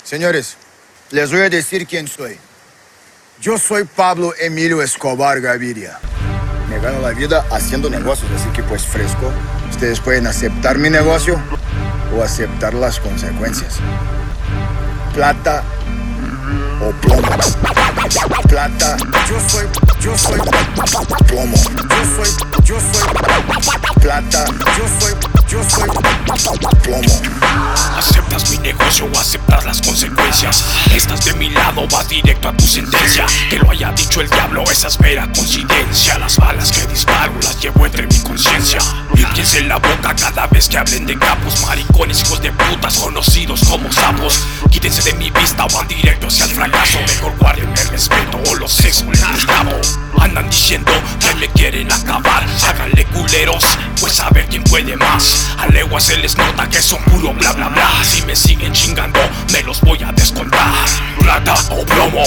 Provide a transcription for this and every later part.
Señores, les voy a decir quién soy. Yo soy Pablo Emilio Escobar Gaviria. Me gano la vida haciendo negocios, así que pues fresco. Ustedes pueden aceptar mi negocio o aceptar las consecuencias. Plata o plomo. Plata, yo soy plomo. Yo soy plata, yo soy plomo. ¿Aceptas mi negocio o aceptas las consecuencias? Estás de mi lado, vas directo a tu sentencia. Que lo haya dicho el diablo, esa es mera coincidencia. Las balas que disparo las llevo entre mi conciencia. Límpiense la boca cada vez que hablen de capos, maricones, hijos de putas, conocidos como sapos. Quítense de mi vista o van directo hacia el fracaso. Mejor guarden el respeto o los sexos les esclavo. Andan diciendo que me quieren acabar. Háganle culeros, pues a ver quién puede más. A leguas se les nota que son puro bla bla bla. Si me siguen chingando, me los voy a descontar. Plata o plomo.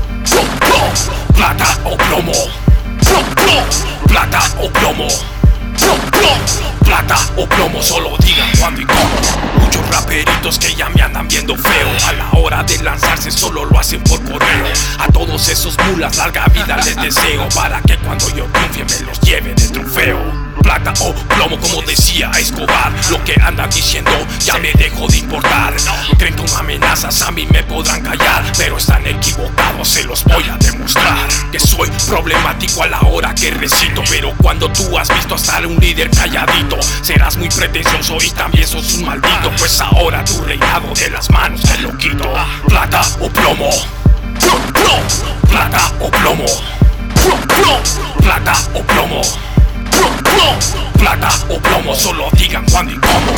Plata o plomo. Plata o plomo. Plata o plomo, solo digan cuándo y cómo. Muchos raperitos que ya me andan viendo feo. A la hora de lanzarse solo lo hacen por correo. A todos esos mulas larga vida les deseo, para que cuando yo triunfe me los lleve de trofeo. Plata o plomo, como decía Escobar. Lo que andan diciendo ya me dejó de importar. 31 amenazas a mí me podrán callar, pero están equivocados, se los voy a demostrar. Que soy problemático a la hora que recito, pero cuando tú has visto hasta un líder calladito, serás muy pretencioso y también sos un maldito, pues ahora tu reinado de las manos te lo quito. Plata o plomo. Plata o plomo. Plata o plomo. Plata o plomo, solo digan cuándo y cómo.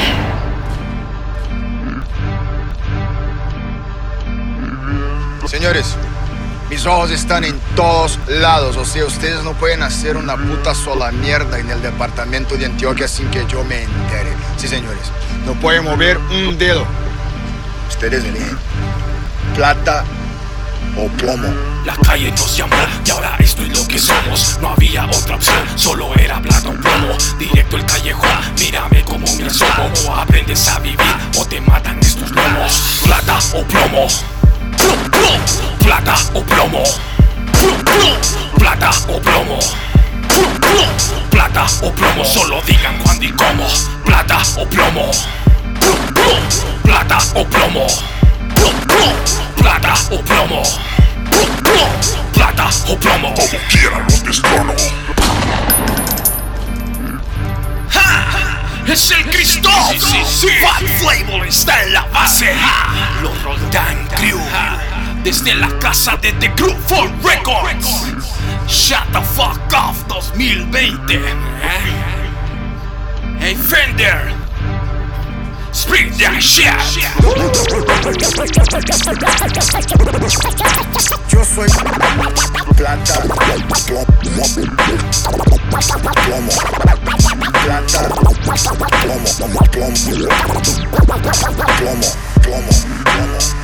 Señores, mis ojos están en todos lados. O sea, ustedes no pueden hacer una puta sola mierda en el departamento de Antioquia sin que yo me entere. Sí, señores, no pueden mover un dedo. Ustedes eligen plata o plomo. La calle nos llamó y ahora esto es lo que somos. No había otra opción, solo era plata o plomo. Directo el callejón, mírame como me asomo. O aprendes a vivir o te matan estos lomos. Plata o plomo. Plata o plomo. Plata o plomo. Plata o plomo, solo digan cuándo y cómo. Plata o plomo. Plata o plomo. Plata o plomo. Plata o plomo, como quieran los destrono. ¡Ja! ¡Es el Cristo! Sí. Fat Flavor está en la base. Los Roldán Crew, desde la casa de The Crew for Records. Shut the fuck off 2020. Hey Fender, spring that shit. Yo soy plata, plomo. Plata, plomo. Plomo.